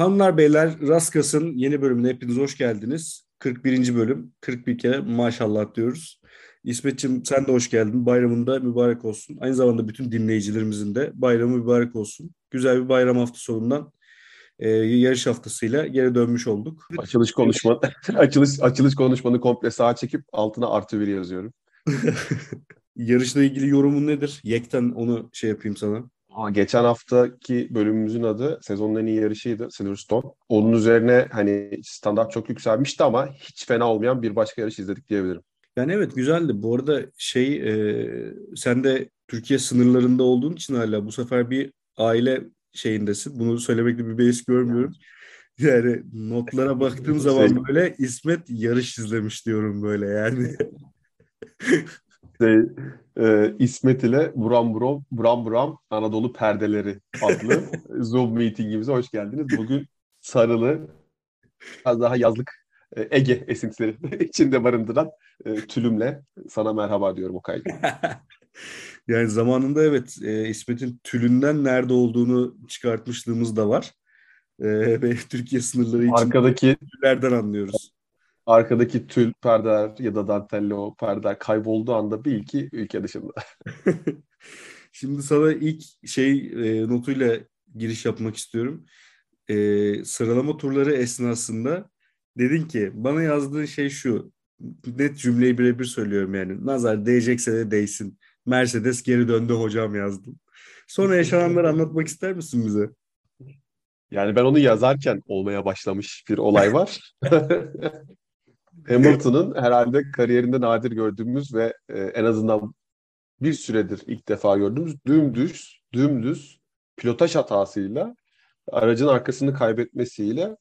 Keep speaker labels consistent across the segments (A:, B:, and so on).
A: Hanımlar beyler Raskas'ın yeni bölümüne hepiniz hoş geldiniz. 41. bölüm. 41 kere maşallah diyoruz. İsmetciğim sen de hoş geldin. Bayramın da mübarek olsun. Aynı zamanda bütün dinleyicilerimizin de bayramı mübarek olsun. Güzel bir bayram hafta sonundan yarış haftasıyla geri dönmüş olduk.
B: Açılış konuşma açılış konuşmanı komple sağa çekip altına artı bir yazıyorum.
A: Yarışla ilgili yorumun nedir? Yekten onu şey yapayım sana.
B: Ama geçen haftaki bölümümüzün adı sezonun en iyi yarışıydı Silverstone. Onun üzerine hani standart çok yükselmişti ama hiç fena olmayan bir başka yarış izledik diyebilirim.
A: Yani evet güzeldi. Bu arada sen de Türkiye sınırlarında olduğun için hala bu sefer bir aile şeyindesin. Bunu söylemekte bir beis görmüyorum. Yani notlara baktığım
B: Şey,
A: zaman böyle İsmet yarış izlemiş diyorum böyle yani.
B: şey, İsmet ile Buram Buram Anadolu Perdeleri adlı Zoom meetingimize hoş geldiniz. Bugün sarılı, biraz daha yazlık Ege esintileri içinde barındıran tülümle sana merhaba diyorum Okay'cığım.
A: Yani zamanında evet İsmet'in tülünden nerede olduğunu çıkartmışlığımız da var. Ve Türkiye sınırları için
B: Arkadaki
A: tüllerden anlıyoruz.
B: arkadaki tül perdeler ya da dantelli o perdeler kaybolduğu anda bil ki ülke dışında.
A: Şimdi sana ilk notuyla giriş yapmak istiyorum. Sıralama turları esnasında dedin ki bana yazdığın şey şu. Net cümleyi birebir söylüyorum yani. Nazar değecekse de değsin. Mercedes geri döndü hocam yazdım. Sonra yaşananları anlatmak ister misin bize?
B: Yani ben onu yazarken olmaya başlamış bir olay var. Hamilton'ın herhalde kariyerinde nadir gördüğümüz ve en azından bir süredir ilk defa gördüğümüz dümdüz pilotaj hatasıyla aracın arkasını kaybetmesiyle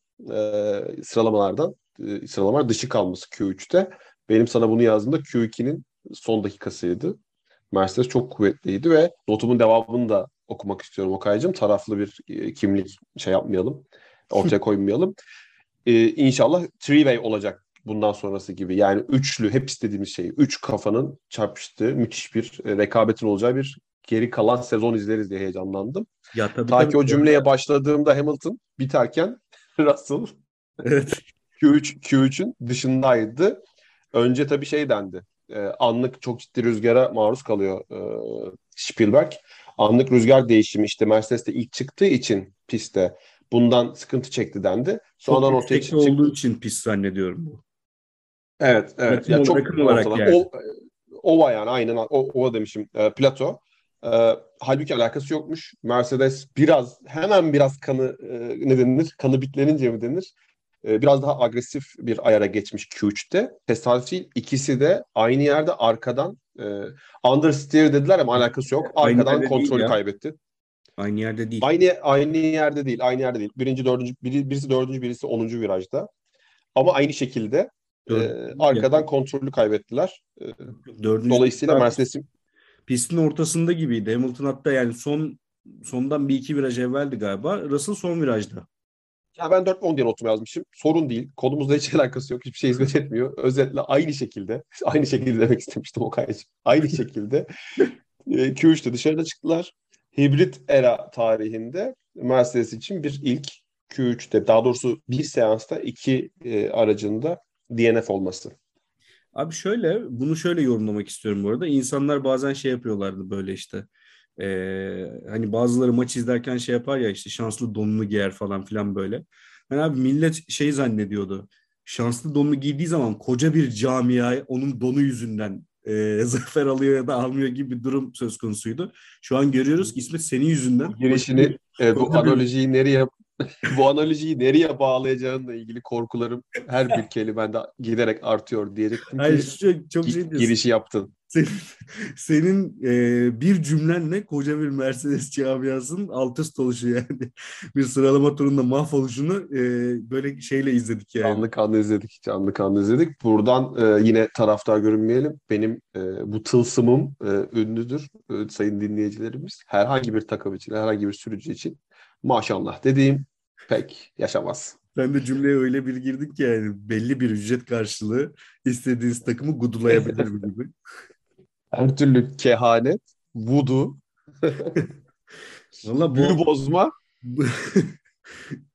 B: sıralamalar dışı kalması Q3'te. Benim sana bunu yazdığımda Q2'nin son dakikasıydı. Mercedes çok kuvvetliydi ve notumun devamını da okumak istiyorum Okay'cığım. Taraflı bir kimlik şey yapmayalım, ortaya koymayalım. İnşallah three-way olacak bundan sonrası gibi. Yani üçlü, hep istediğimiz şey. Üç kafanın çarpıştığı müthiş bir rekabetin olacağı bir geri kalan sezon izleriz diye heyecanlandım.
A: Ya tabii
B: Ta
A: tabii.
B: ki o
A: Bu
B: cümleye
A: arada
B: başladığımda Hamilton biterken Russell
A: evet.
B: Q3'ün dışındaydı. Önce tabii şey dendi. Anlık çok ciddi rüzgara maruz kalıyor Spielberg. Anlık rüzgar değişimi işte Mercedes'te ilk çıktığı için pistte bundan sıkıntı çekti dendi.
A: Çok
B: Sonradan ortaya
A: yüksekte olduğu için pis zannediyorum bu.
B: evet, evet. Ya çok
A: Rakım olarak
B: ortadan.
A: yani.
B: Ova yani aynen ova demişim. Plato. Halbuki alakası yokmuş. Mercedes biraz kanı ne denir? Kanı bitlenince mi denir? Biraz daha agresif bir ayara geçmiş Q3'te. Tesadüf değil. İkisi de aynı yerde arkadan understeer dediler ama alakası yok.
A: Aynı
B: Arkadan
A: yerde değil
B: kontrolü
A: ya.
B: kaybetti.
A: Aynı yerde değil.
B: Aynı yerde değil. Aynı yerde değil. Birisi dördüncü, birisi 10. virajda. Ama aynı şekilde arkadan
A: Yakın.
B: kontrolü kaybettiler.
A: Dördüncü
B: Dolayısıyla
A: daha
B: Mercedes'in
A: pistin ortasında gibiydi. Hamilton hatta yani sondan bir iki viraj evveldi galiba. Russell son virajda.
B: ya ben 4 diye notumu yazmışım. Sorun değil. Konumuzla hiç alakası yok. Hiçbir şey hizmet etmiyor. Özetle aynı şekilde aynı şekilde demek istemiştim Okay'cığım. Aynı şekilde Q3'te dışarıda çıktılar. Hibrit era tarihinde Mercedes için bir ilk Q3'te daha doğrusu bir seansta iki aracın da DNF olması.
A: Abi şöyle bunu şöyle yorumlamak istiyorum bu arada. İnsanlar bazen şey yapıyorlardı böyle işte. Hani bazıları maç izlerken şey yapar ya işte şanslı donunu giyer falan filan böyle. Hani abi millet şey zannediyordu. Şanslı donunu giydiği zaman koca bir camia onun donu yüzünden zafer alıyor ya da almıyor gibi bir durum söz konusuydu. Şu an görüyoruz ki İsmet senin yüzünden
B: Bu girişini, bu
A: koca bir
B: analojiyi nereye bu analojiyi nereye bağlayacağınla ilgili korkularım her bir kelimende giderek artıyor diyecektim
A: hayır
B: ki
A: çok şey diyorsun.
B: girişi yaptın.
A: Senin, senin bir cümlenle koca bir Mercedes camiasının alt üst oluşu yani. Bir sıralama turunda mahvoluşunu böyle şeyle izledik yani.
B: Canlı kanlı izledik, canlı kanlı izledik. Buradan yine taraftar görünmeyelim. Benim bu tılsımım ünlüdür sayın dinleyicilerimiz. Herhangi bir takım için, herhangi bir sürücü için maşallah dediğim pek yaşamaz.
A: Sen de cümleye öyle bir girdin ki yani belli bir ücret karşılığı istediğiniz takımı gudulayabilir mi gibi.
B: Her türlü kehanet, vudu,
A: Valla
B: büyü bozma.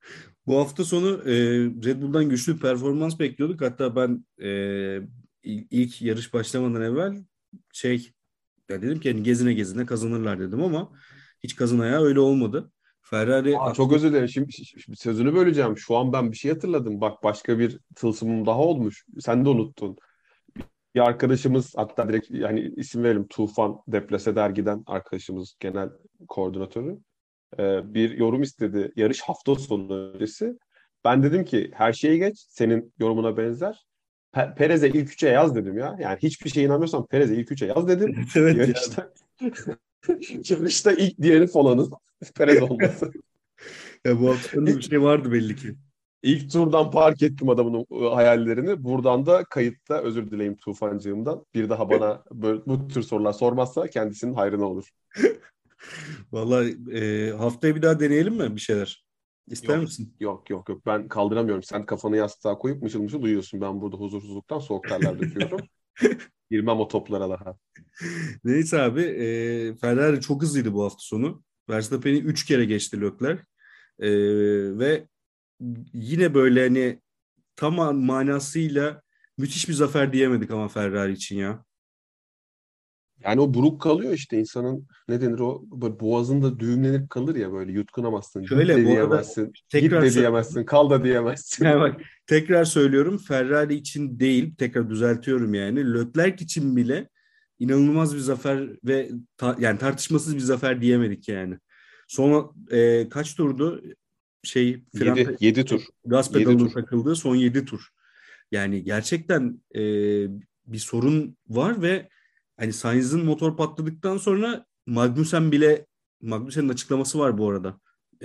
A: Bu hafta sonu Red Bull'dan güçlü bir performans bekliyorduk. Hatta ben ilk yarış başlamadan evvel şey ya dedim ki hani gezine gezine kazanırlar dedim ama hiç kazın ayağı öyle olmadı. Ferrari
B: Aa, çok özür dilerim. Şimdi sözünü böleceğim. Şu an ben bir şey hatırladım. Bak, başka bir tılsımım daha olmuş. Sen de unuttun. Bir arkadaşımız, hatta direkt yani isim verelim, Tufan Deplase dergiden arkadaşımız, genel koordinatörü, bir yorum istedi yarış hafta sonu öncesi. Ben dedim ki her şeye geç, senin yorumuna benzer. Perez'e ilk üçe yaz dedim ya. Yani hiçbir şeye inanmıyorsan Perez'e ilk üçe yaz dedim.
A: evet ya.
B: Yarışta yarışta ilk diğeri Folan'ın Perez olması.
A: Ya bu hafta sonunda bir
B: İlk,
A: şey vardı belli ki.
B: ilk turdan park ettim adamın hayallerini. Buradan da kayıtta özür dileyim Tufancığımdan. Bir daha bana bu tür sorular sormazsa kendisinin hayrına olur.
A: Vallahi haftaya bir daha deneyelim mi bir şeyler? İster
B: Yok.
A: misin?
B: Yok, yok, yok. Ben kaldıramıyorum. Sen kafanı yastığa koyup mışıl mışıl uyuyorsun. Ben burada huzursuzluktan soğuk terler döküyorum. Girmem o toplara daha.
A: Neyse abi Ferrari çok hızlıydı bu hafta sonu. Verstappen'i 3 kere geçti Leclerc. E, ve yine böyle hani tam manasıyla müthiş bir zafer diyemedik ama Ferrari için ya.
B: Yani o buruk kalıyor işte, insanın ne denir, o böyle boğazında düğümlenip kalır ya, böyle yutkunamazsın. Git
A: Şöyle
B: de
A: bu arada
B: diyemezsin. Git
A: tekrar
B: de
A: söylüyorum.
B: diyemezsin. Kal da diyemezsin.
A: Yani bak tekrar söylüyorum Ferrari için değil tekrar düzeltiyorum yani. Leclerc için bile inanılmaz bir zafer ve yani tartışmasız bir zafer diyemedik yani. Sonra kaç turdu şey fren
B: 7 tur.
A: gaz
B: 7
A: pedalının
B: tur.
A: takıldığı son 7 tur. Yani gerçekten bir sorun var ve hani Sainz'ın motor patladıktan sonra Magnussen'in açıklaması var bu arada.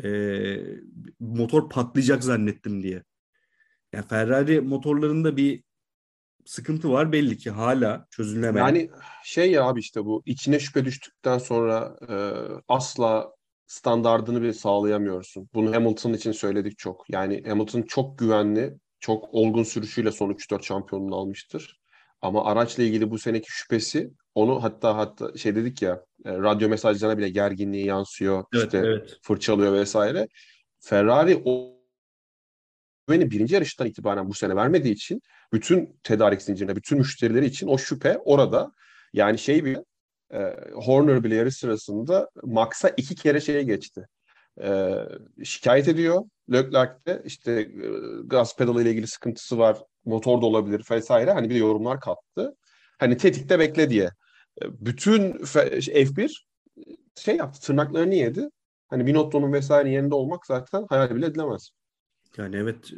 A: Motor patlayacak zannettim diye. Yani Ferrari motorlarında bir sıkıntı var belli ki hala çözülemeyen.
B: Yani şey ya abi, işte bu içine şüphe düştükten sonra asla standardını bile sağlayamıyorsun. Bunu Hamilton için söyledik çok. Yani Hamilton çok güvenli, çok olgun sürüşüyle son 3-4 şampiyonluğunu almıştır. Ama araçla ilgili bu seneki şüphesi onu, hatta şey dedik ya, radyo mesajlarına bile gerginliği yansıyor,
A: Evet,
B: işte
A: evet.
B: fırçalıyor vesaire. Ferrari o güveni birinci yarıştan itibaren bu sene vermediği için bütün tedarik zincirine, bütün müşterileri için o şüphe orada. Yani şey bile, Horner bile yarış sırasında Max'a 2 kere şeye geçti. E, Şikayet ediyor. Leclerc de işte gaz pedalı ile ilgili sıkıntısı var, motor da olabilir vesaire. Hani bir de yorumlar kattı. Hani tetikte bekle diye. Bütün F1 şey yaptı, tırnaklarını yedi. Hani Binotto'nun vesaire yerinde olmak zaten hayal bile edilemez.
A: Yani evet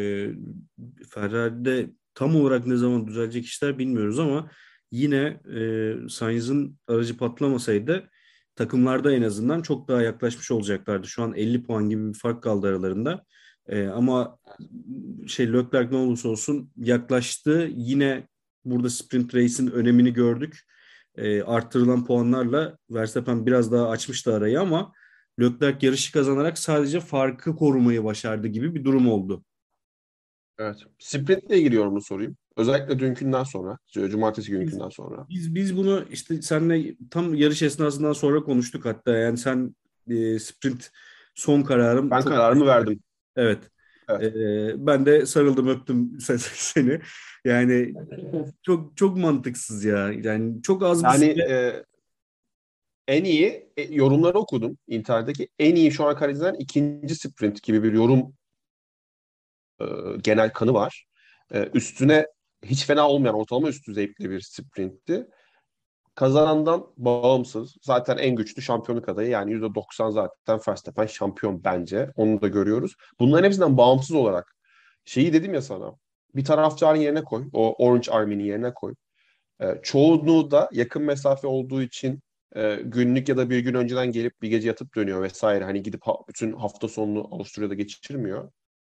A: Ferrari'de tam olarak ne zaman düzelecek işler bilmiyoruz ama yine Sainz'ın aracı patlamasaydı takımlarda en azından çok daha yaklaşmış olacaklardı. Şu an 50 puan gibi bir fark kaldı aralarında. Ama şey Leclerc ne olursa olsun yaklaştı. Yine burada sprint race'in önemini gördük. Arttırılan puanlarla Verstappen biraz daha açmıştı arayı ama Leclerc yarışı kazanarak sadece farkı korumayı başardı gibi bir durum oldu.
B: Evet. Sprintle ilgili yorumunu sorayım. Özellikle dünkünden sonra, cumartesi
A: Biz,
B: günkünden sonra.
A: biz bunu işte seninle tam yarış esnasından sonra konuştuk hatta. Yani sen sprint son kararım
B: Ben
A: çok
B: kararımı verdim.
A: evet.
B: Evet.
A: Ben de sarıldım öptüm seni. Yani çok çok mantıksız ya. Yani çok az bir
B: Yani
A: süre.
B: en iyi yorumları okudum internetteki. En iyi şu an kaleciden ikinci sprint gibi bir yorum, e, genel kanı var. Üstüne hiç fena olmayan ortalama üst düzeyde bir sprintti. Kazanandan bağımsız. Zaten en güçlü şampiyonluk adayı. Yani %90 zaten Verstappen şampiyon bence. Onu da görüyoruz. Bunların hepsinden bağımsız olarak şeyi dedim ya sana. Bir taraftarın yerine koy. O Orange Army'nin yerine koy. Çoğunluğu da yakın mesafe olduğu için günlük ya da bir gün önceden gelip bir gece yatıp dönüyor vesaire. Hani gidip bütün hafta sonunu Avusturya'da geçirmiyor.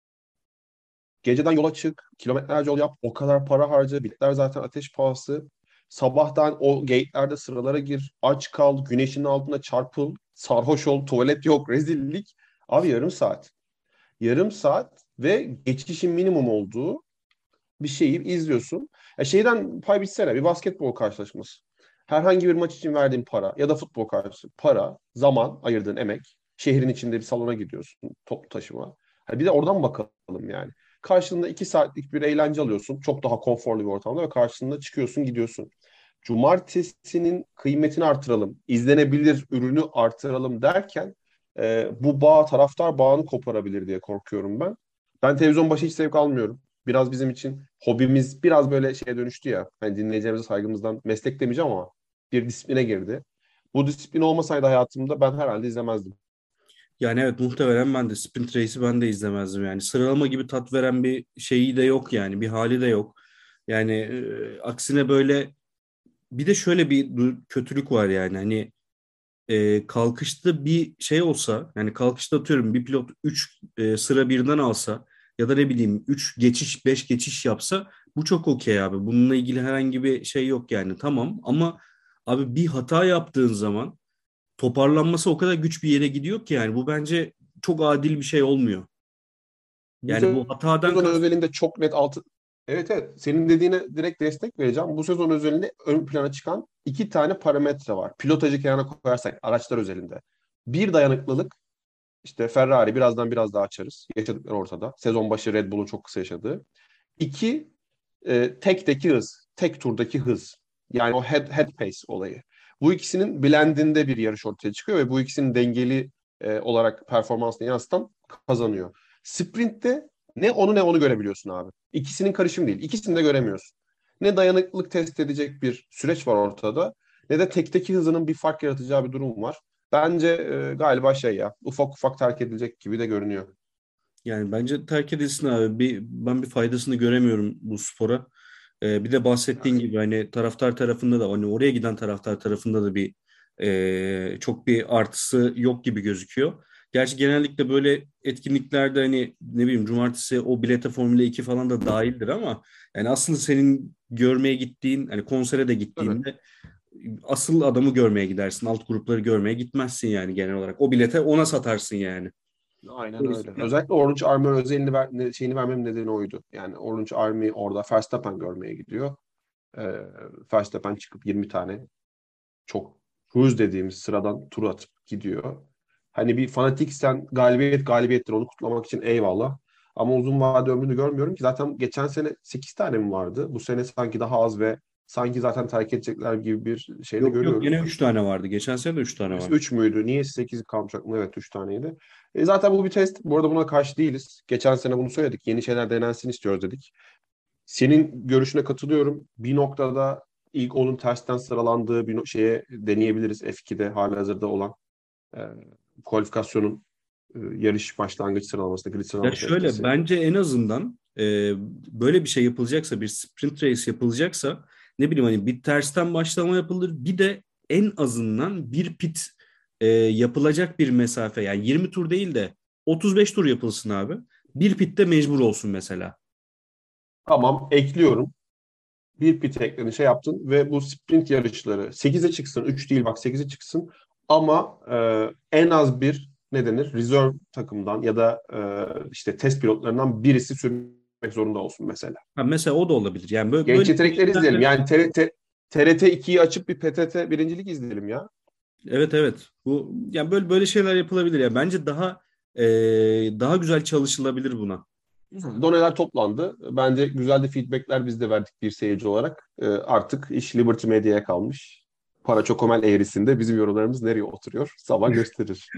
B: Geceden yola çık, kilometlerce yol yap, o kadar para harca, biletler zaten ateş pahası. Sabahtan o gate'lerde sıralara gir, aç kal, güneşin altında çarpıl, sarhoş ol, tuvalet yok, rezillik. Abi yarım saat. Yarım saat ve geçişin minimum olduğu bir şeyi izliyorsun. Şeyden pay biçsene, bir basketbol karşılaşması. Herhangi bir maç için verdiğin para ya da futbol karşılaşması, para, zaman ayırdığın emek. Şehrin içinde bir salona gidiyorsun, toplu taşıma. Ha, bir de oradan bakalım yani. Karşında 2 saatlik bir eğlence alıyorsun. Çok daha konforlu bir ortamda ve karşında çıkıyorsun gidiyorsun. Cumartesinin kıymetini artıralım, izlenebilir ürünü artıralım derken bu bağ, taraftar bağını koparabilir diye korkuyorum ben. Ben televizyon başı hiç zevk almıyorum. Biraz bizim için hobimiz biraz böyle şeye dönüştü ya. Hani dinleyicilerimize saygımızdan meslek demeyeceğim ama bir disipline girdi. Bu disiplin olmasaydı hayatımda ben herhalde izlemezdim.
A: Yani evet, muhtemelen ben de Sprint Race'i ben de izlemezdim yani. Sıralama gibi tat veren bir şeyi de yok yani. Bir hali de yok. Yani aksine böyle bir de şöyle bir kötülük var yani. Hani kalkışta bir şey olsa, yani kalkışta atıyorum bir pilot 3 sıra birden alsa ya da ne bileyim 3 geçiş 5 geçiş yapsa, bu çok okey abi. Bununla ilgili herhangi bir şey yok yani, tamam, ama abi bir hata yaptığın zaman toparlanması o kadar güç bir yere gidiyor ki, yani bu bence çok adil bir şey olmuyor.
B: Bu
A: Yani bu hatadan
B: sezon
A: kast...
B: özelinde çok net altı... Evet, evet, senin dediğine direkt destek vereceğim. Bu sezon özelinde ön plana çıkan 2 tane parametre var. Pilotajı kenara koyarsak araçlar özelinde. Bir, dayanıklılık. İşte Ferrari birazdan biraz daha açarız. Yaşadıkları ortada. Sezon başı Red Bull'un çok kısa yaşadığı. İki, tekteki hız. Tek turdaki hız. Yani o head pace olayı. Bu ikisinin blendinde bir yarış ortaya çıkıyor ve bu ikisinin dengeli olarak performansını yansıtan kazanıyor. Sprint'te ne onu ne onu görebiliyorsun abi. İkisinin karışımı değil. İkisini de göremiyorsun. Ne dayanıklılık test edecek bir süreç var ortada, ne de tekteki hızının bir fark yaratacağı bir durum var. Bence galiba şey ya, ufak ufak terk edilecek gibi de görünüyor.
A: Yani bence terk edilsin abi. Ben bir faydasını göremiyorum bu spora. Bir de bahsettiğin gibi hani taraftar tarafında da, hani oraya giden taraftar tarafında da bir çok bir artısı yok gibi gözüküyor. Gerçi genellikle böyle etkinliklerde hani ne bileyim cumartesi o bilete Formula 2 falan da dahildir ama yani asıl senin görmeye gittiğin, hani konsere de
B: Tabii.
A: gittiğinde asıl adamı görmeye gidersin. Alt grupları görmeye gitmezsin yani genel olarak. O bilete ona satarsın yani.
B: Aynen
A: O
B: öyle.
A: yüzden
B: Özellikle Orange Army özelini şeyini vermemin nedeni oydu. Yani Orange Army orada Verstappen görmeye gidiyor. Ee, Verstappen çıkıp 20 tane çok cruise dediğimiz sıradan tur atıp gidiyor. Hani bir fanatiksen galibiyet galibiyettir, onu kutlamak için eyvallah. Ama uzun vade ömrünü görmüyorum ki. Zaten geçen sene 8 tane mi vardı? Bu sene sanki daha az ve sanki zaten terk edecekler gibi bir şey de
A: yok yok, yine
B: görüyoruz.
A: 3 tane vardı. Geçen sene de 3 tane vardı.
B: 3 müydü? Niye 8 kalmış aklımda? Evet, 3 taneydi. Zaten bu bir test. Bu arada buna karşı değiliz. Geçen sene bunu söyledik. Yeni şeyler denensin istiyoruz dedik. Senin görüşüne katılıyorum. Bir noktada ilk onun tersten sıralandığı bir şeye deneyebiliriz. F2'de halihazırda olan e, kualifikasyonun yarış başlangıç sıralamasında, grid
A: Ya
B: sıralaması
A: şöyle,
B: etkisi.
A: bence en azından böyle bir şey yapılacaksa, bir sprint race yapılacaksa, ne bileyim hani bir tersten başlama yapılır. Bir de en azından bir pit yapılacak bir mesafe, yani 20 tur değil de 35 tur yapılsın abi. Bir pitte mecbur olsun mesela.
B: Tamam, ekliyorum. Bir pit eklerini şey yaptın ve bu sprint yarışları 8'e çıksın. 3 değil bak, 8'e çıksın. Ama en az bir, ne denir, reserve takımdan ya da işte test pilotlarından birisi sürmek zorunda olsun mesela.
A: Ha, mesela o da olabilir. Yani böyle,
B: Genç
A: böyle
B: yetenekleri izleyelim.
A: girişimlerde,
B: Yani TRT 2'yi açıp bir PTT birincilik izleyelim ya.
A: evet evet, bu yani böyle şeyler yapılabilir ya. Bence e, daha güzel çalışılabilir buna.
B: Doneler toplandı. Bence güzel de feedbackler biz de verdik bir seyirci olarak. Artık iş Liberty Media'ya kalmış. Para Çokomel eğrisinde bizim yorumlarımız nereye oturuyor? Zaman gösterir.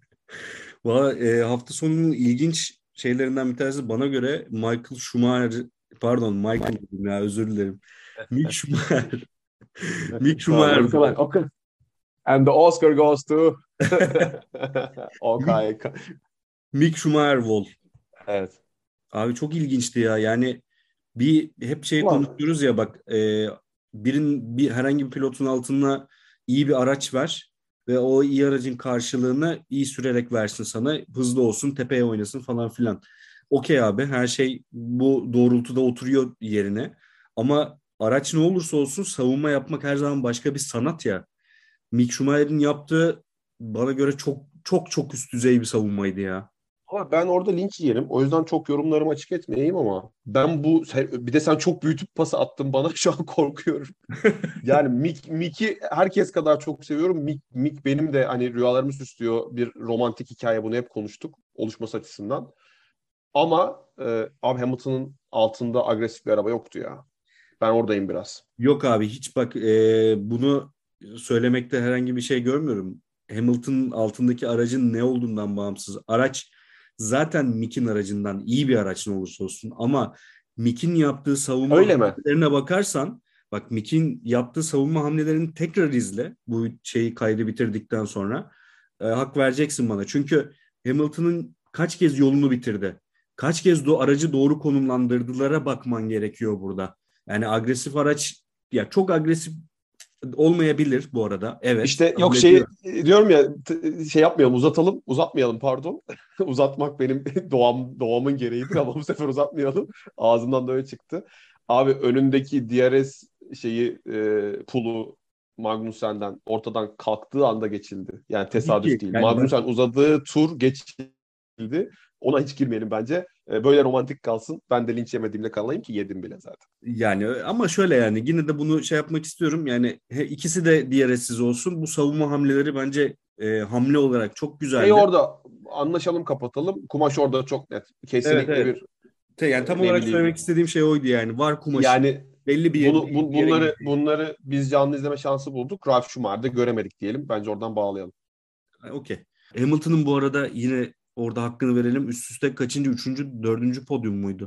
A: Valla hafta sonunun ilginç şeylerinden bir tanesi bana göre Michael Schumacher, pardon Michael dedim ya, özür dilerim. Mick Schumacher. Mick
B: Tamam,
A: Schumacher.
B: okay. And the Oscar goes to
A: Mick,
B: Okay.
A: Mick Schumacher Vol.
B: Evet.
A: Abi çok ilginçti ya. Yani hep şey
B: Ulan,
A: konuşuyoruz ya, bak herhangi bir pilotun altına iyi bir araç ver ve o iyi aracın karşılığını iyi sürerek versin sana. Hızlı olsun, tepeye oynasın falan filan. Okey abi, her şey bu doğrultuda oturuyor yerine. Ama araç ne olursa olsun savunma yapmak her zaman başka bir sanat ya. Mick Schumacher'in yaptığı bana göre çok çok çok üst düzey bir savunmaydı ya.
B: ama ben orada linç yerim. O yüzden çok yorumlarımı açık etmeyeyim ama ben bir de sen çok büyütüp pası attın bana, şu an korkuyorum. Yani Mick'i herkes kadar çok seviyorum. Mick benim de hani rüyalarımı süslüyor bir romantik hikaye, bunu hep konuştuk oluşması açısından. Ama abi Hamilton'ın altında agresif bir araba yoktu ya. Ben oradayım biraz.
A: Yok abi hiç bak bunu söylemekte herhangi bir şey görmüyorum. Hamilton'ın altındaki aracın ne olduğundan bağımsız. Araç zaten Mick'in aracından iyi bir araç ne olursa olsun ama Mick'in yaptığı savunma
B: Öyle mi?
A: hamlelerine bakarsan bak Mick'in yaptığı savunma hamlelerini tekrar izle bu şeyi kaydı bitirdikten sonra hak vereceksin bana. Çünkü Hamilton'ın kaç kez yolunu bitirdi. Kaç kez aracı doğru konumlandırdılara bakman gerekiyor burada. Yani agresif araç ya çok agresif olmayabilir bu arada. Evet,
B: İşte yok
A: kabul
B: şey
A: ediyorum.
B: diyorum ya şey yapmayalım uzatmayalım pardon. Uzatmak benim doğamın gereğidir ama bu sefer uzatmayalım. Ağzımdan da öyle çıktı. Abi önündeki DRS şeyi pulu Magnussen'den ortadan kalktığı anda geçildi. Yani
A: Tabii
B: tesadüf
A: ki.
B: değil.
A: Yani bak
B: Magnussen uzadığı tur geçildi. Ona hiç girmeyelim bence. Böyle romantik kalsın. Ben de linç yemediğimde kalayım ki yedim bile zaten.
A: yani ama şöyle yani yine de bunu şey yapmak istiyorum. Yani ikisi de DRS'siz olsun. Bu savunma hamleleri bence hamle olarak çok güzeldi.
B: Orada anlaşalım kapatalım. Kumaş orada çok net.
A: Evet
B: Kesinlikle
A: evet.
B: bir
A: Yani tam
B: ne
A: olarak
B: bileyim
A: söylemek istediğim şey oydu yani. Var kumaşı
B: yani
A: belli bir yere gidiyor.
B: bunları biz canlı izleme şansı bulduk. Ralf Schumacher'de göremedik diyelim. Bence oradan bağlayalım.
A: Okey. Hamilton'ın bu arada yine orada hakkını verelim. Üst üste kaçıncı? Üçüncü, dördüncü podyum muydu?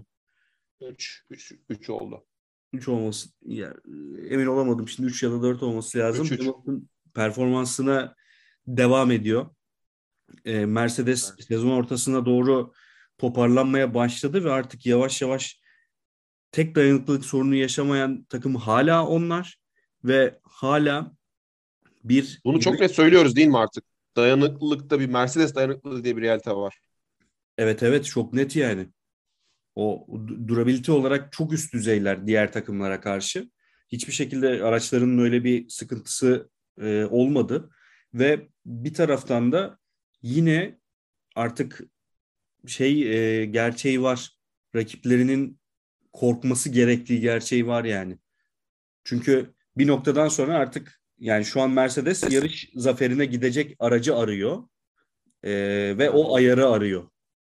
B: 3 oldu.
A: 3 olması ya, emin olamadım. Şimdi 3 ya da 4 olması lazım.
B: 3-3.
A: Hamilton performansına devam ediyor. Mercedes
B: Evet.
A: sezon ortasına doğru toparlanmaya başladı ve artık yavaş yavaş tek dayanıklılık sorunu yaşamayan takım hala onlar ve hala bir
B: Bunu çok net söylüyoruz değil mi artık? Dayanıklılıkta bir Mercedes dayanıklılığı diye bir realite var.
A: evet evet çok net yani. O durabilite olarak çok üst düzeyler diğer takımlara karşı. Hiçbir şekilde araçlarının öyle bir sıkıntısı olmadı. Ve bir taraftan da yine artık gerçeği var. Rakiplerinin korkması gerektiği gerçeği var yani. Çünkü bir noktadan sonra artık yani şu an Mercedes yarış zaferine gidecek aracı arıyor ve
B: Evet.
A: o ayarı arıyor.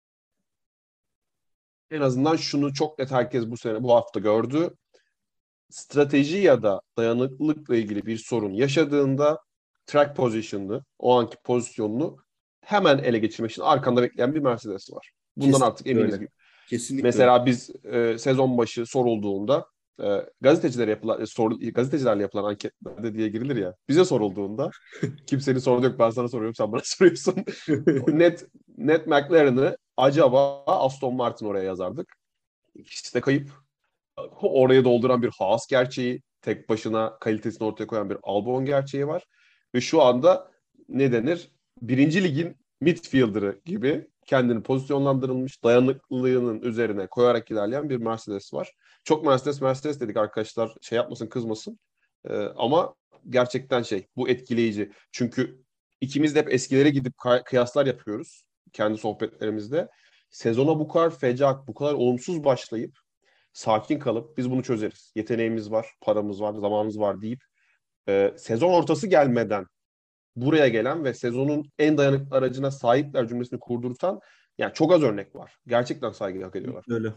B: En azından şunu çok net herkes bu hafta gördü. Strateji ya da dayanıklılıkla ilgili bir sorun yaşadığında track position'ını, o anki pozisyonunu hemen ele geçirmek için arkanda bekleyen bir Mercedes var. Bundan artık
A: Kesinlikle
B: eminiz
A: öyle.
B: gibi.
A: Kesinlikle öyle.
B: Mesela biz sezon başı sorulduğunda gazetecilerle yapılan anketlerde diye girilir ya. Bize sorulduğunda kimsenin sorunu yok ben sana soruyorum sen bana soruyorsun. net net McLaren'ı acaba Aston Martin oraya yazardık. İkisi de kayıp. Oraya dolduran bir Haas gerçeği, tek başına kalitesini ortaya koyan bir Albon gerçeği var. Ve şu anda ne denir? Birinci ligin midfielder'ı gibi kendini pozisyonlandırılmış, dayanıklılığının üzerine koyarak ilerleyen bir Mercedes var. Çok Mercedes dedik arkadaşlar şey yapmasın kızmasın. Ama gerçekten bu etkileyici. Çünkü ikimiz de hep eskilere gidip kıyaslar yapıyoruz kendi sohbetlerimizde. Sezona bu kadar fecaat, bu kadar olumsuz başlayıp sakin kalıp biz bunu çözeriz. Yeteneğimiz var, paramız var, zamanımız var deyip sezon ortası gelmeden buraya gelen ve sezonun en dayanıklı aracına sahipler cümlesini kurdurtan yani çok az örnek var. Gerçekten saygı hak ediyorlar.
A: Öyle.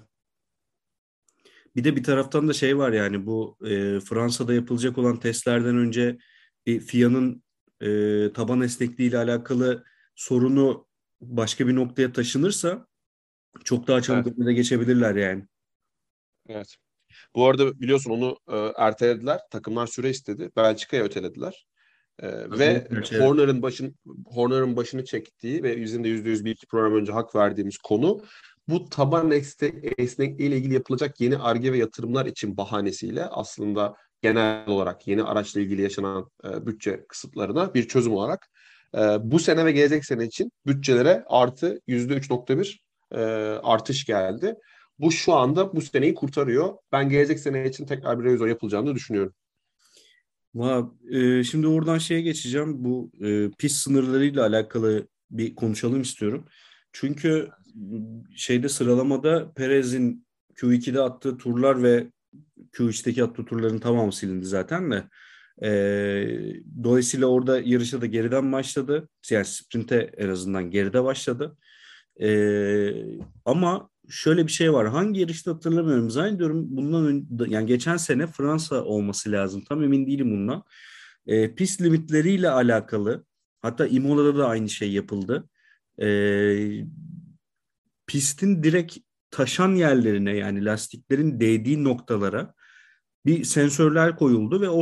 A: Bir de bir taraftan da şey var yani bu Fransa'da yapılacak olan testlerden önce bir FIA'nın taban esnekliği ile alakalı sorunu başka bir noktaya taşınırsa çok daha çabuk
B: Evet.
A: önüne geçebilirler yani.
B: Evet. Bu arada biliyorsun onu ertelediler. Takımlar süre istedi. Belçika'ya ötelediler.
A: Evet,
B: Ve
A: gerçi evet.
B: Horner'ın başını çektiği ve bizim de %100 bir iki program önce hak verdiğimiz konu bu taban esnekliği ile ilgili yapılacak yeni Ar-Ge ve yatırımlar için bahanesiyle aslında genel olarak yeni araçla ilgili yaşanan bütçe kısıtlarına bir çözüm olarak bu sene ve gelecek sene için bütçelere artı %3,1 artış geldi. Bu şu anda bu seneyi kurtarıyor. Ben gelecek sene için tekrar bir revizyon yapılacağını düşünüyorum.
A: Şimdi oradan şeye geçeceğim. Bu pist sınırlarıyla alakalı bir konuşalım istiyorum. Çünkü şeyde sıralamada Perez'in Q2'de attığı turlar ve Q3'teki attığı turların tamamı silindi zaten de. Dolayısıyla orada yarışa da geriden başladı. Yani sprinte en azından geride başladı. Ama şöyle bir şey var. Hangi yarışta hatırlamıyorum. Zannediyorum yani geçen sene Fransa olması lazım. Tam emin değilim bundan. Pist limitleriyle alakalı, hatta Imola'da da aynı şey yapıldı. E, Pistin direkt taşan yerlerine, yani lastiklerin değdiği noktalara bir sensörler koyuldu ve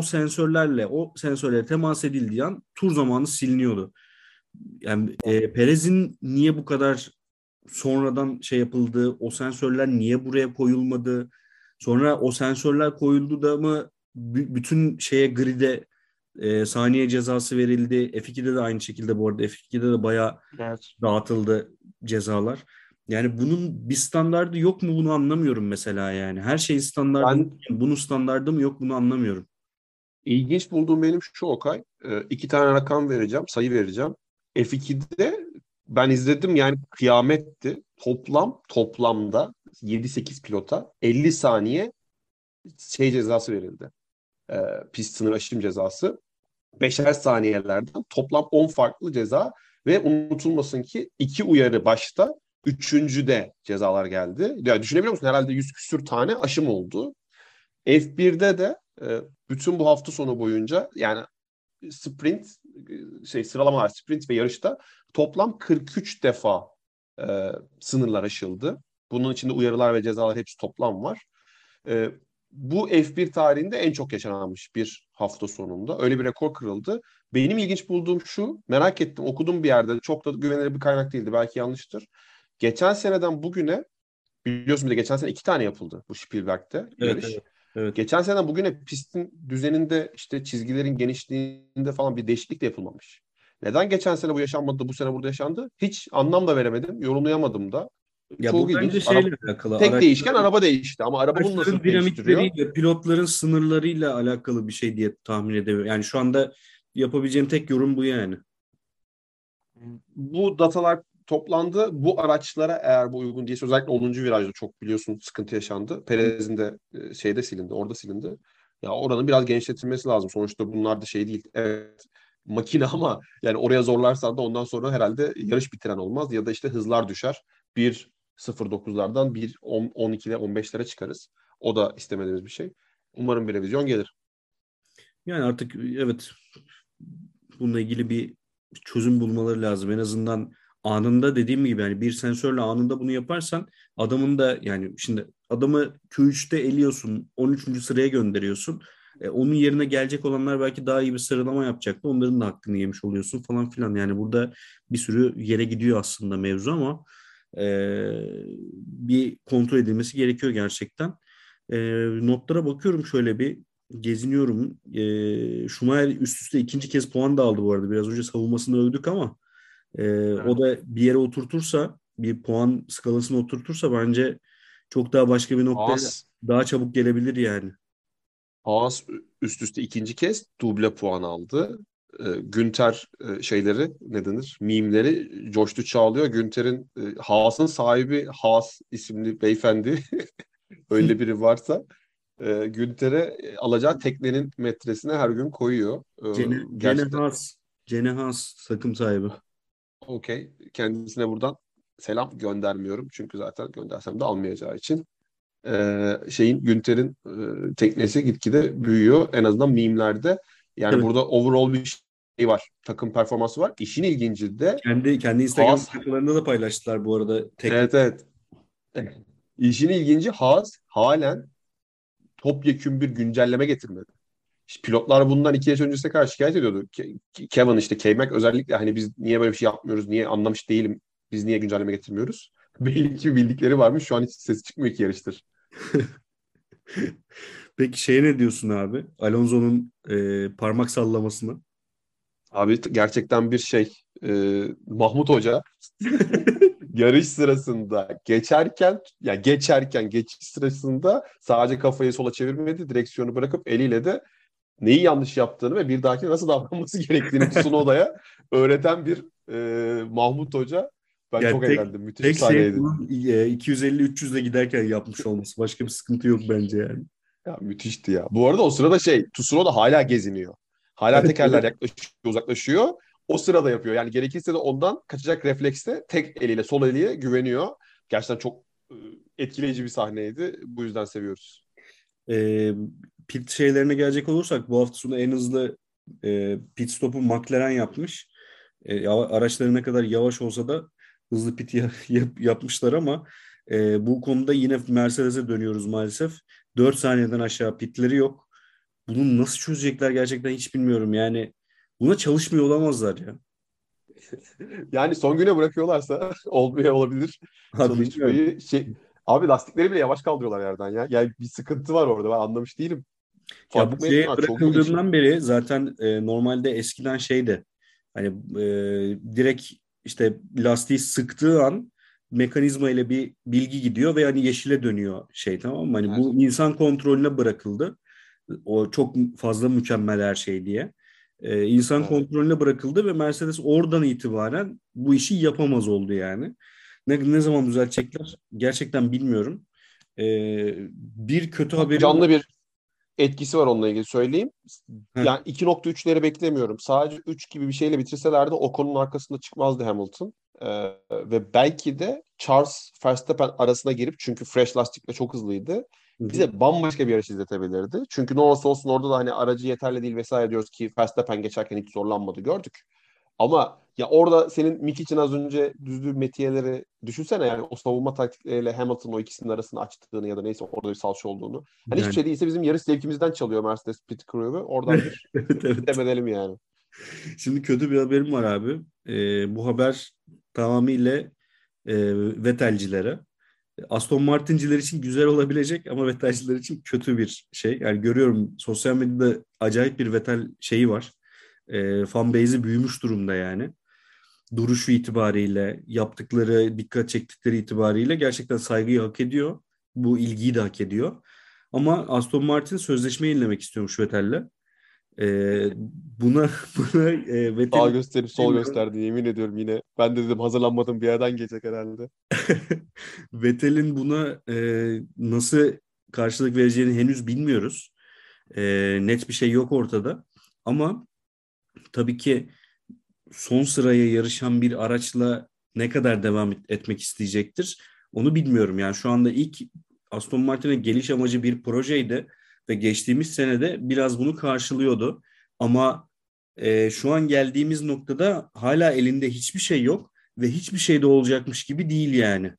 A: o sensörlere temas edildiği an tur zamanı siliniyordu. Yani Perez'in niye bu kadar sonradan şey yapıldı, o sensörler niye buraya koyulmadı, sonra o sensörler koyuldu da mı bütün grid'e saniye cezası verildi. F2'de de aynı şekilde, bu arada F2'de de bayağı
B: Evet.
A: dağıtıldı cezalar. Yani bunun bir standardı yok mu, bunu anlamıyorum mesela yani. Her şeyin standardı,
B: Ben
A: bunun standardı mı yok, bunu anlamıyorum.
B: ilginç bulduğum benim şu Okay. İki tane rakam vereceğim, sayı vereceğim. F2'de ben izledim yani kıyametti. Toplamda 7-8 pilota 50 saniye cezası verildi. Pist sınır aşım cezası. Beşer saniyelerden toplam 10 farklı ceza ve unutulmasın ki 2 uyarı başta, üçüncüde cezalar geldi. Ya düşünebiliyor musun? Herhalde 100 küsür tane aşım oldu. F1'de de bütün bu hafta sonu boyunca yani sprint sıralamalar, sprint ve yarışta toplam 43 defa sınırlar aşıldı. Bunun içinde uyarılar ve cezalar hepsi toplam var. E, Bu F1 tarihinde en çok yaşanmış bir hafta sonunda. Öyle bir rekor kırıldı. Benim ilginç bulduğum şu, merak ettim, okudum bir yerde. Çok da güvenilir bir kaynak değildi. Belki yanlıştır. Geçen seneden bugüne, biliyorsun bir de geçen sene 2 tane yapıldı bu Spielberg'te
A: Evet, evet,
B: yarış.
A: evet.
B: Geçen seneden bugüne pistin düzeninde, işte çizgilerin genişliğinde falan bir değişiklik de yapılmamış. Neden geçen sene bu yaşanmadı da bu sene burada yaşandı? Hiç anlam da veremedim, yorumlayamadım da.
A: Ya bu
B: Çok
A: bence
B: ilginç.
A: şeyle alakalı.
B: Tek değişken araba değişti ama araba bunu nasıl
A: Araçların
B: değiştiriyor?
A: dinamikleriyle, pilotların sınırlarıyla alakalı bir şey diye tahmin ediyorum. Yani şu anda yapabileceğim tek yorum bu yani.
B: Bu datalar toplandı. Bu araçlara eğer bu uygun değilse, özellikle 10. virajda çok biliyorsun sıkıntı yaşandı. Perez'in de şeyde silindi, orada silindi. Ya oranın biraz genişletilmesi lazım. Sonuçta bunlar da şey değil. Evet, makine ama yani oraya zorlarsan da ondan sonra herhalde yarış bitiren olmaz ya da işte hızlar düşer. 1.09'lardan 1.12'lere 15'lere çıkarız. O da istemediğimiz bir şey. Umarım bir revizyon gelir.
A: Yani artık evet, bununla ilgili bir çözüm bulmaları lazım. En azından anında, dediğim gibi, yani bir sensörle anında bunu yaparsan adamın da, yani şimdi adamı Q3'te eliyorsun, 13. sıraya gönderiyorsun. Onun yerine gelecek olanlar belki daha iyi bir sıralama yapacaktı. Onların da hakkını yemiş oluyorsun falan filan. Yani burada bir sürü yere gidiyor aslında mevzu ama e, bir kontrol edilmesi gerekiyor gerçekten. E, Notlara bakıyorum, şöyle bir geziniyorum. Schumacher üst üste ikinci kez puan da aldı bu arada. Biraz önce savunmasını övdük ama o
B: Evet.
A: da bir yere oturtursa, bir puan skalasını oturtursa bence çok daha başka bir noktaya
B: Haas
A: daha çabuk gelebilir yani.
B: Haas üst üste ikinci kez duble puan aldı. Günter şeyleri ne denir? Mimleri coştu çağlıyor. Günter'in Haas'ın sahibi, Haas isimli beyefendi öyle biri varsa Günter'e alacağı teknenin metresine her gün koyuyor.
A: Gene
B: Gerçekten
A: Haas. Gene Haas takım sahibi.
B: okey. Kendisine buradan selam göndermiyorum. Çünkü zaten göndersem de almayacağı için. Günter'in teknesi gitgide büyüyor. En azından mimlerde. Yani
A: Evet.
B: burada overall bir şey var. Takım performansı var. İşin ilginci de
A: Kendi Instagram
B: Haas.
A: sayfalarında da paylaştılar bu arada.
B: Evet, evet. İşin ilginci, Haas halen topyekün bir güncelleme getirmedi. İşte pilotlar bundan 2 yaş öncesine kadar şikayet ediyordu. Kevin işte K-Mac özellikle, hani biz niye böyle bir şey yapmıyoruz, niye anlamış değilim, biz niye güncelleme getirmiyoruz. Belli ki bildikleri varmış. Şu an hiç ses çıkmıyor ki yarıştır.
A: Peki şeye ne diyorsun abi? Alonso'nun parmak sallamasına.
B: Abi gerçekten bir şey. Mahmut Hoca yarış sırasında geçiş sırasında sadece kafayı sola çevirmedi. Direksiyonu bırakıp eliyle de neyi yanlış yaptığını ve bir dahaki nasıl davranması gerektiğini Tsunoda'ya öğreten bir Mahmut Hoca. Ben
A: Yani
B: çok eğlendim. Müthiş bir
A: tek şey
B: sahneydi.
A: bunun 250-300'le giderken yapmış olması. Başka bir sıkıntı yok bence yani.
B: Ya müthişti ya. Bu arada o sırada Tsunoda hala geziniyor. Hala
A: Evet,
B: tekerler
A: evet.
B: yaklaşıyor, uzaklaşıyor. O sırada yapıyor. Yani gerekirse de ondan kaçacak reflekste tek eliyle, sol eliyle güveniyor. Gerçekten çok etkileyici bir sahneydi. Bu yüzden seviyoruz.
A: E, Pit şeylerine gelecek olursak bu hafta sonu en hızlı pit stopu McLaren yapmış. Araçları ne kadar yavaş olsa da hızlı pit yapmışlar ama bu konuda yine Mercedes'e dönüyoruz maalesef. 4 saniyeden aşağı pitleri yok. Bunu nasıl çözecekler gerçekten hiç bilmiyorum. Yani buna çalışmıyor olamazlar ya.
B: Yani son güne bırakıyorlarsa olmaya olabilir
A: Abi bilmiyorum.
B: çalışmayı. Abi lastikleri bile yavaş kaldırıyorlar yerden ya. Yani bir sıkıntı var orada. Ben anlamış değilim.
A: Ya bu
B: Fark mı
A: şeye
B: etmiyorlar? Çok ilginç.
A: bırakıldığından beri zaten normalde eskiden şeydi. Hani direkt işte lastiği sıktığı an mekanizma ile bir bilgi gidiyor ve hani yeşile dönüyor şey, tamam mı? Hani
B: Evet.
A: bu insan kontrolüne bırakıldı. O çok fazla mükemmel her şey diye. İnsan
B: Evet.
A: kontrolüne bırakıldı ve Mercedes oradan itibaren bu işi yapamaz oldu yani. Ne zaman düzeltecekler gerçekten bilmiyorum. Bir kötü
B: Çok
A: haberim var.
B: canlı bir etkisi var onunla ilgili söyleyeyim.
A: Heh,
B: Yani 2.3'leri beklemiyorum. Sadece 3 gibi bir şeyle bitirselerdi Ocon'un arkasında çıkmazdı Hamilton. Ve belki de Charles Verstappen arasına girip, çünkü fresh lastikle çok hızlıydı,
A: hı hı.
B: bize bambaşka bir yarış izletebilirdi. Çünkü ne olursa olsun orada da hani aracı yeterli değil vesaire diyoruz ki Verstappen geçerken hiç zorlanmadı, gördük. Ama ya orada senin Mick için az önce düzdüğü metiyeleri düşünsene, yani o savunma taktikleriyle Hamilton o ikisinin arasını açtığını ya da neyse orada bir salça olduğunu. Hani hiçbir
A: Yani
B: şey değilse bizim yarış zevkimizden çalıyor Mercedes pit crew'u. Oradan bir
A: evet, evet.
B: dem edelim yani.
A: Şimdi kötü bir haberim var abi. Bu haber tamamıyla Vettel'cilere. Aston Martin'ciler için güzel olabilecek ama Vettel'ciler için kötü bir şey. Yani görüyorum sosyal medyada acayip bir Vettel şeyi var. Fan base'i büyümüş durumda yani. Duruşu itibariyle, yaptıkları, dikkat çektikleri itibariyle gerçekten saygıyı hak ediyor. Bu ilgiyi de hak ediyor. Ama Aston Martin sözleşme yenilemek istiyormuş Vettel'le. Buna buna
B: Sağ
A: Vettel'in
B: gösterip sol gösterdi, yemin ediyorum yine. Ben de dedim hazırlanmadım, bir yerden gelecek herhalde.
A: Vettel'in buna nasıl karşılık vereceğini henüz bilmiyoruz. Net bir şey yok ortada. Ama tabii ki son sıraya yarışan bir araçla ne kadar devam etmek isteyecektir, onu bilmiyorum. Yani şu anda ilk Aston Martin'e geliş amacı bir projeydi ve geçtiğimiz senede biraz bunu karşılıyordu. Ama şu an geldiğimiz noktada hala elinde hiçbir şey yok ve hiçbir şey de olacakmış gibi değil yani.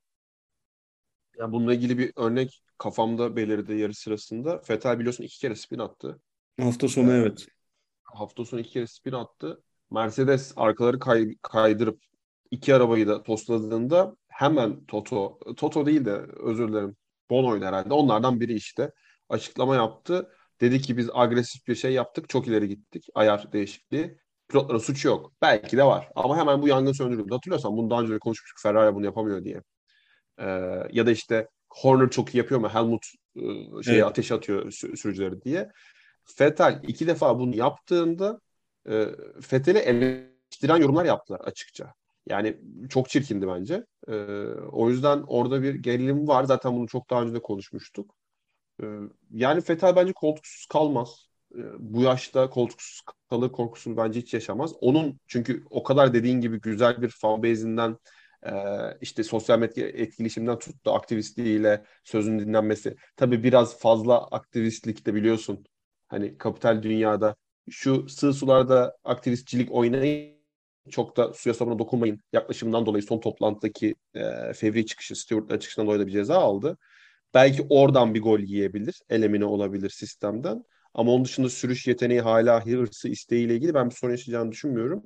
B: Yani bununla ilgili bir örnek kafamda belirdi yarış sırasında. Vettel biliyorsun 2 kere spin attı.
A: Hafta
B: Ee,
A: sonu evet.
B: Hafta sonu 2 kere spin attı. Mercedes arkaları kaydırıp iki arabayı da tostladığında hemen Toto değil de özür dilerim, Bono'ydu herhalde. Onlardan biri işte açıklama yaptı. Dedi ki biz agresif bir şey yaptık. Çok ileri gittik. Ayar değişikliği. Pilotların suçu yok. Belki de var. Ama hemen bu yangın söndürüldü. Hatırlıyorsan bunu daha önce de konuşmuştuk. Ferrari bunu yapamıyor diye. Ee, Ya da işte Horner çok iyi yapıyor ama Helmut şeye
A: Evet.
B: ateş atıyor sürücüleri diye. Vettel 2 defa bunu yaptığında e, Vettel'i eleştiren yorumlar yaptılar açıkça. Yani çok çirkindi bence. O yüzden orada bir gerilim var. Zaten bunu çok daha önce de konuşmuştuk. E, Yani Vettel bence koltuksuz kalmaz. Bu yaşta koltuksuz kalır korkusunu bence hiç yaşamaz. Onun çünkü o kadar dediğin gibi güzel bir fan base'inden işte sosyal medya etkileşiminden tut da aktivistliğiyle sözün dinlenmesi. Tabii biraz fazla aktivistlik de biliyorsun. Hani kapital dünyada şu sığ sularda aktivistçilik oynayın, çok da suya sabuna dokunmayın yaklaşımından dolayı son toplantıdaki fevri çıkışı, Stewart'la çıkışından dolayı da bir ceza aldı. Belki oradan bir gol yiyebilir, elemine olabilir sistemden. Ama onun dışında sürüş yeteneği, hala hırsı, isteğiyle ilgili ben bir sorun yaşayacağını düşünmüyorum.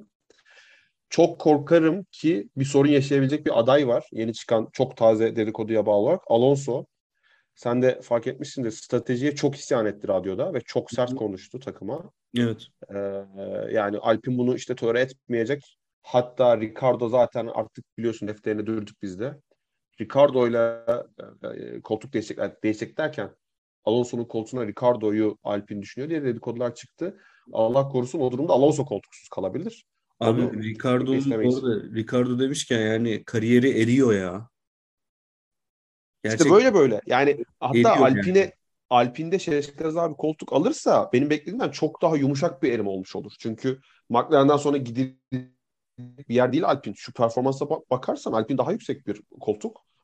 B: Çok korkarım ki bir sorun yaşayabilecek bir aday var. Yeni çıkan çok taze dedikoduya bağlı olarak. Alonso. Sen de fark etmişsindir. Stratejiye çok isyan etti radyoda ve çok sert konuştu takıma.
A: Evet.
B: Ee, Yani Alpine bunu işte tolere etmeyecek. Hatta Ricardo zaten artık biliyorsun defterini dürdük biz de. Ricardo'yla koltuk değişecek derken Alonso'nun koltuğuna Ricardo'yu Alpine düşünüyor diye dedikodular çıktı. Allah korusun o durumda Alonso koltuksuz kalabilir.
A: Abi
B: Onu kesinlikle
A: Ricardo'nun bu
B: istemeyiz.
A: arada Ricardo demişken yani kariyeri eriyor ya.
B: İşte
A: Gerçekten
B: böyle böyle. Yani hatta
A: eriyor yani.
B: Alpine'de Şeşkez abi koltuk alırsa benim beklediğimden çok daha yumuşak bir erim olmuş olur. Çünkü McLaren'dan sonra gidilecek bir yer değil Alpine. Şu performansa bakarsan Alpine daha yüksek bir koltuk.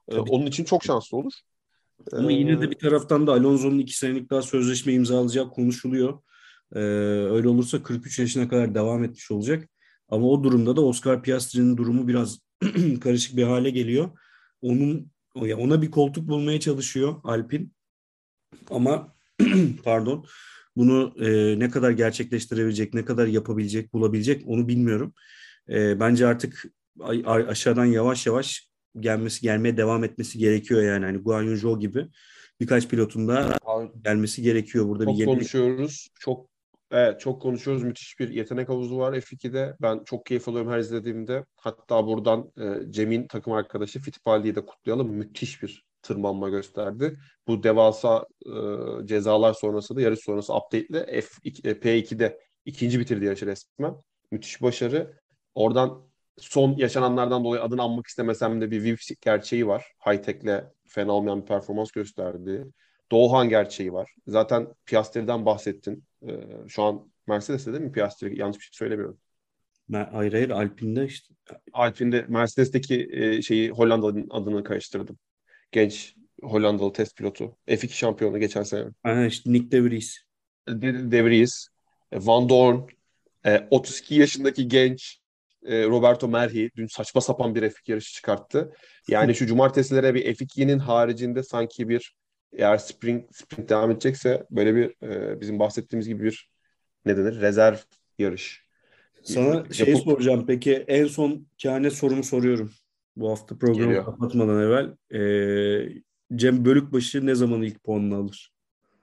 A: Tabii.
B: Onun için çok şanslı olur. E,
A: Ama yine de bir taraftan da Alonso'nun 2 senelik daha sözleşme imzalayacağı konuşuluyor. Öyle olursa 43 yaşına kadar devam etmiş olacak. Ama o durumda da Oscar Piastri'nin durumu biraz karışık bir hale geliyor. Ona bir koltuk bulmaya çalışıyor Alpine. Ama pardon, bunu ne kadar gerçekleştirebilecek, ne kadar yapabilecek, bulabilecek onu bilmiyorum. Bence artık aşağıdan yavaş yavaş gelmeye devam etmesi gerekiyor yani. Hani Guan Yu Zhou gibi birkaç pilotun da
B: Abi,
A: gelmesi gerekiyor. Burada bir
B: çok
A: yeni
B: konuşuyoruz. Çok konuşuyoruz. Müthiş bir yetenek havuzu var F2'de. Ben çok keyif alıyorum her izlediğimde. Hatta buradan Cem'in takım arkadaşı Fittipaldi'yi de kutlayalım. Müthiş bir tırmanma gösterdi. Bu devasa cezalar sonrası da yarış sonrası update'le P2'de ikinci bitirdi yarışı resmen. Müthiş başarı. Oradan son yaşananlardan dolayı adını anmak istemesem de bir Viv gerçeği var. High-tech'le fena olmayan bir performans gösterdi. Doğuhan gerçeği var. Zaten Piastri'den bahsettin. Şu an Mercedes'te değil mi Piastri? Yanlış bir şey söylemiyorum.
A: ayrı ayrı Alpine'de işte.
B: Alpine'de Mercedes'teki şeyi Hollanda'nın adını karıştırdım. Genç Hollandalı test pilotu. F2 şampiyonu geçen sene.
A: Aha, işte Nick de Vries.
B: De Vries, Van Dorn, 32 yaşındaki genç Roberto Merhi dün saçma sapan bir F2 yarışı çıkarttı. Yani şu cumartesilere bir F2'nin haricinde sanki bir eğer sprint devam edecekse böyle bir bizim bahsettiğimiz gibi bir ne denir? Rezerv yarış
A: Sana şeyi
B: yapıp
A: soracağım. Peki en son kehanet sorumu soruyorum. Bu hafta programı
B: geliyor.
A: kapatmadan evvel. Cem Bölükbaşı ne zaman ilk puanını alır?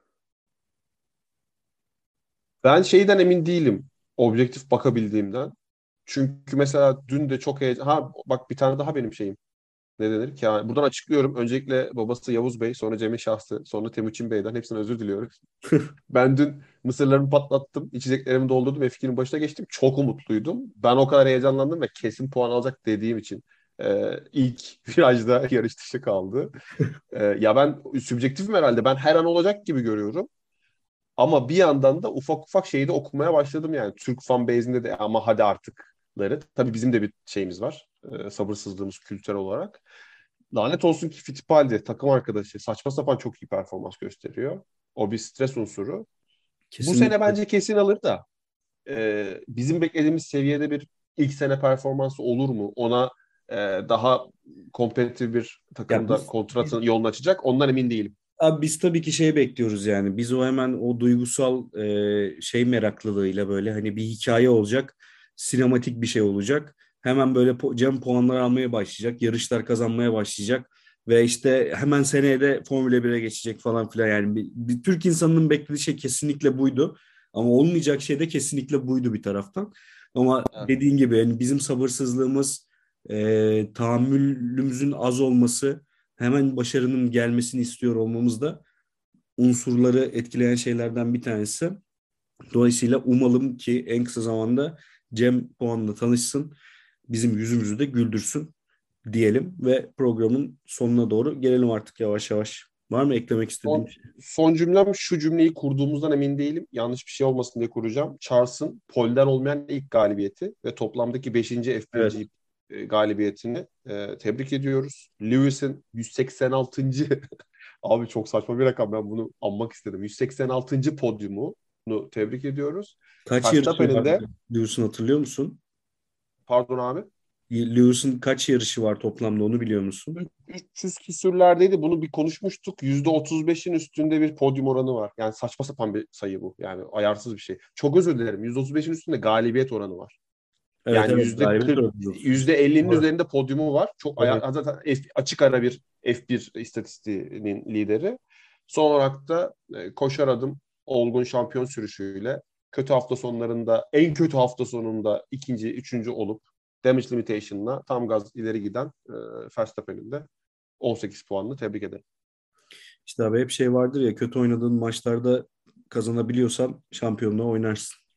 B: Ben şeyden emin değilim. Objektif bakabildiğimden. Çünkü mesela dün de çok heyecan... Ha bak bir tane daha benim şeyim. Ne denir ki? Yani buradan açıklıyorum. Öncelikle babası Yavuz Bey, sonra Cem'in şahsı, sonra Temuçin Bey'den hepsine özür diliyorum. Ben dün mısırlarımı patlattım, içeceklerimi doldurdum, F2'nin başına geçtim. Çok umutluydum. Ben o kadar heyecanlandım ve kesin puan alacak dediğim için ilk virajda yarış dışı kaldı. Ya ben sübjektifim herhalde. Ben her an olacak gibi görüyorum. Ama bir yandan da ufak ufak şeyi de okumaya başladım yani. Türk fan base'inde de ama hadi artıkları. Tabii bizim de bir şeyimiz var. Sabırsızlığımız kültürel olarak. Lanet olsun ki Fittipaldi takım arkadaşı saçma sapan çok iyi performans gösteriyor. O bir stres unsuru. Bu sene
A: Kesinlikle.
B: bence kesin alır da bizim beklediğimiz seviyede bir ilk sene performansı olur mu? Ona e, daha kompetitif bir
A: Ya
B: takımda kontratın yolunu açacak. Ondan emin değilim.
A: biz tabii ki şey bekliyoruz yani. Biz o hemen o duygusal şey meraklılığıyla böyle hani bir hikaye olacak. Sinematik bir şey olacak. Hemen böyle Cem puanlar almaya başlayacak. Yarışlar kazanmaya başlayacak. Ve işte hemen seneye de Formula 1'e geçecek falan filan. Yani bir Türk insanının beklediği şey kesinlikle buydu. Ama olmayacak şey de kesinlikle buydu bir taraftan. Ama
B: Evet.
A: dediğin gibi yani bizim sabırsızlığımız, tahammülümüzün az olması, hemen başarının gelmesini istiyor olmamız da unsurları etkileyen şeylerden bir tanesi. Dolayısıyla umalım ki en kısa zamanda Cem puanla tanışsın, bizim yüzümüzü de güldürsün diyelim ve programın sonuna doğru gelelim artık yavaş yavaş. Var mı eklemek istediğim
B: Son,
A: şey?
B: son cümlem şu cümleyi kurduğumuzdan emin değilim. Yanlış bir şey olmasın diye kuracağım. Charles'ın polden olmayan ilk galibiyeti ve toplamdaki 5.
A: Evet.
B: F1 galibiyetini tebrik ediyoruz. Lewis'in 186. Abi çok saçma bir rakam. Ben bunu anmak istedim. 186. podyumunu tebrik ediyoruz.
A: Kaç yarışı
B: Verstappen'in
A: var
B: de
A: Lewis'in, hatırlıyor musun?
B: pardon abi
A: Lewis'in kaç yarışı var toplamda, onu biliyor musun?
B: 300 küsürlerdeydi. Bunu bir konuşmuştuk. %35'in üstünde bir podyum oranı var. Yani saçma sapan bir sayı bu. Yani ayarsız bir şey. Çok özür dilerim. %35'in üstünde galibiyet oranı var.
A: Evet,
B: Yani
A: evet,
B: yüzde
A: galibiyet
B: 40,
A: oranı.
B: %50'nin üzerinde podyumu var.
A: Tabii.
B: Zaten açık ara bir F1 istatistiğinin lideri. Son olarak da koşar adım olgun şampiyon sürüşüyle kötü hafta sonlarında en kötü hafta sonunda ikinci, üçüncü olup damage limitation'la tam gaz ileri giden Verstappen'in de 18 puanını tebrik ederim.
A: İşte abi hep şey vardır ya, kötü oynadığın maçlarda kazanabiliyorsan şampiyonluğa oynarsın.